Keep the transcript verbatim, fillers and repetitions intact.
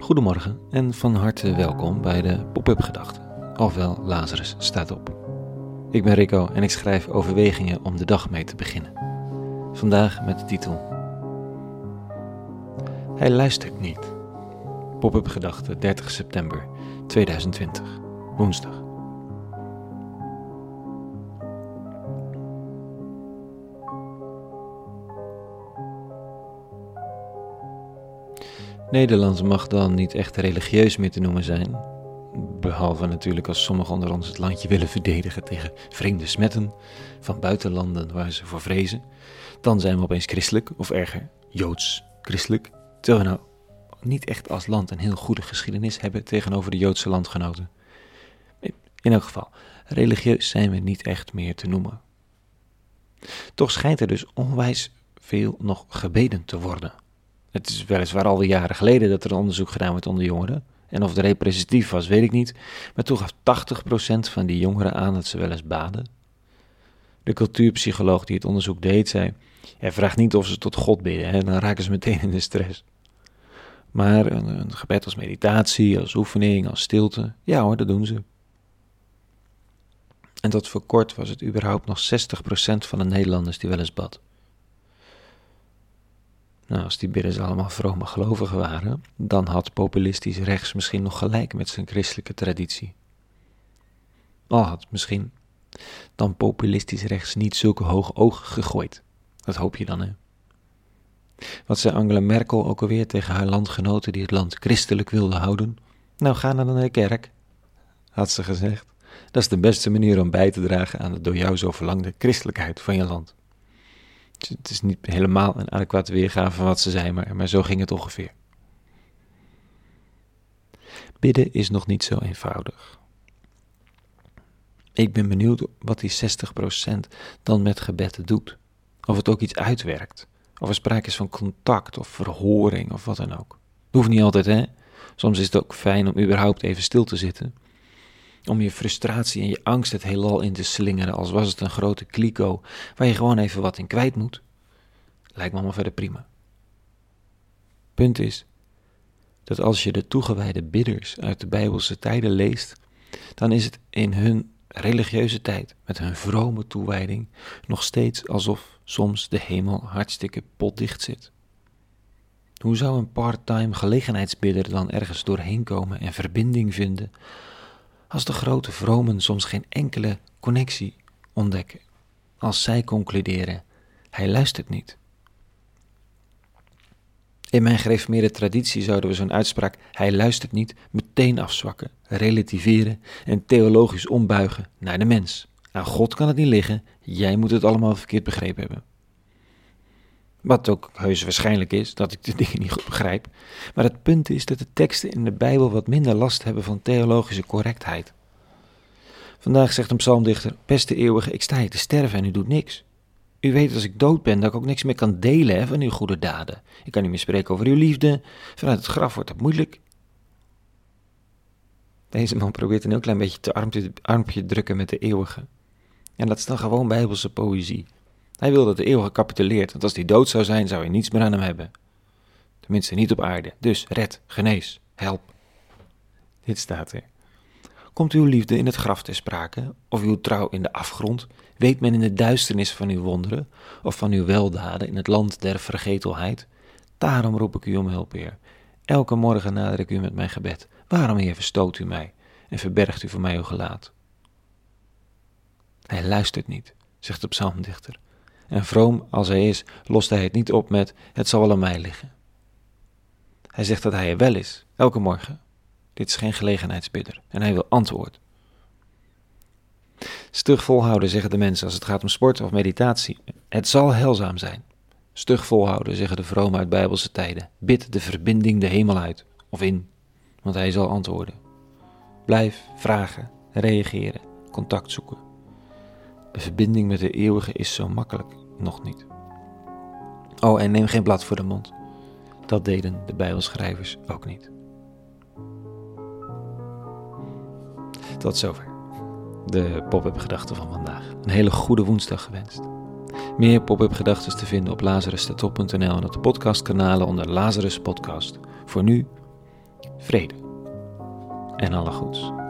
Goedemorgen en van harte welkom bij de Pop-up Gedachten, ofwel Lazarus staat op. Ik ben Rico en ik schrijf overwegingen om de dag mee te beginnen. Vandaag met de titel Hij luistert niet. Pop-up Gedachten dertig september tweeduizend twintig, woensdag. Nederland mag dan niet echt religieus meer te noemen zijn, behalve natuurlijk als sommigen onder ons het landje willen verdedigen tegen vreemde smetten van buitenlanden waar ze voor vrezen. Dan zijn we opeens christelijk, of erger, joods-christelijk, terwijl we nou niet echt als land een heel goede geschiedenis hebben tegenover de Joodse landgenoten. In elk geval, religieus zijn we niet echt meer te noemen. Toch schijnt er dus onwijs veel nog gebeden te worden. Het is weliswaar alweer jaren geleden dat er een onderzoek gedaan werd onder jongeren. En of het representatief was, weet ik niet. Maar toch gaf tachtig procent van die jongeren aan dat ze wel eens baden. De cultuurpsycholoog die het onderzoek deed, zei: hij vraagt niet of ze tot God bidden, hè, dan raken ze meteen in de stress. Maar een, een gebed als meditatie, als oefening, als stilte, ja hoor, dat doen ze. En tot voor kort was het überhaupt nog zestig procent van de Nederlanders die wel eens bad. Nou, als die bidders allemaal vrome gelovigen waren, dan had populistisch rechts misschien nog gelijk met zijn christelijke traditie. Al had misschien dan populistisch rechts niet zulke hoge ogen gegooid. Dat hoop je dan, hè? Wat zei Angela Merkel ook alweer tegen haar landgenoten die het land christelijk wilden houden? Nou, ga dan naar de kerk, had ze gezegd. Dat is de beste manier om bij te dragen aan de door jou zo verlangde christelijkheid van je land. Het is niet helemaal een adequate weergave van wat ze zei, maar, maar zo ging het ongeveer. Bidden is nog niet zo eenvoudig. Ik ben benieuwd wat die zestig procent dan met gebed doet. Of het ook iets uitwerkt. Of er sprake is van contact of verhoring of wat dan ook. Dat hoeft niet altijd, hè. Soms is het ook fijn om überhaupt even stil te zitten. Om je frustratie en je angst het heelal in te slingeren als was het een grote kliko waar je gewoon even wat in kwijt moet. Lijkt me allemaal verder prima. Punt is dat als je de toegewijde bidders uit de Bijbelse tijden leest, dan is het in hun religieuze tijd, met hun vrome toewijding, nog steeds alsof soms de hemel hartstikke potdicht zit. Hoe zou een part-time gelegenheidsbidder dan ergens doorheen komen en verbinding vinden, als de grote vromen soms geen enkele connectie ontdekken, als zij concluderen, hij luistert niet. In mijn gereformeerde traditie zouden we zo'n uitspraak, hij luistert niet, meteen afzwakken, relativeren en theologisch ombuigen naar de mens. Aan God kan het niet liggen, jij moet het allemaal verkeerd begrepen hebben. Wat ook heus waarschijnlijk is, dat ik de dingen niet goed begrijp. Maar het punt is dat de teksten in de Bijbel wat minder last hebben van theologische correctheid. Vandaag zegt een psalmdichter, beste eeuwige, ik sta hier te sterven en u doet niks. U weet als ik dood ben dat ik ook niks meer kan delen hè, van uw goede daden. Ik kan niet meer spreken over uw liefde, vanuit het graf wordt het moeilijk. Deze man probeert een heel klein beetje te armpje, armpje drukken met de eeuwige. En dat is dan gewoon Bijbelse poëzie. Hij wil dat de eeuwige capituleert, want als hij dood zou zijn, zou hij niets meer aan hem hebben. Tenminste, niet op aarde. Dus red, genees, help. Dit staat er. Komt uw liefde in het graf ter sprake, of uw trouw in de afgrond? Weet men in de duisternis van uw wonderen, of van uw weldaden in het land der vergetelheid? Daarom roep ik u om hulp, Heer. Elke morgen nader ik u met mijn gebed. Waarom, Heer, verstoot u mij en verbergt u voor mij uw gelaat? Hij luistert niet, zegt de psalmdichter. En vroom als hij is, lost hij het niet op met, het zal wel aan mij liggen. Hij zegt dat hij er wel is, elke morgen. Dit is geen gelegenheidsbidder en hij wil antwoord. Stug volhouden, zeggen de mensen als het gaat om sport of meditatie. Het zal heilzaam zijn. Stug volhouden, zeggen de vromen uit Bijbelse tijden. Bid de verbinding de hemel uit of in, want hij zal antwoorden. Blijf vragen, reageren, contact zoeken. De verbinding met de eeuwige is zo makkelijk nog niet. Oh, en neem geen blad voor de mond. Dat deden de Bijbelschrijvers ook niet. Tot zover de pop-up gedachten van vandaag. Een hele goede woensdag gewenst. Meer pop-up gedachten te vinden op lazarus staat op punt n l en op de podcastkanalen onder Lazarus Podcast. Voor nu, vrede en alle goeds.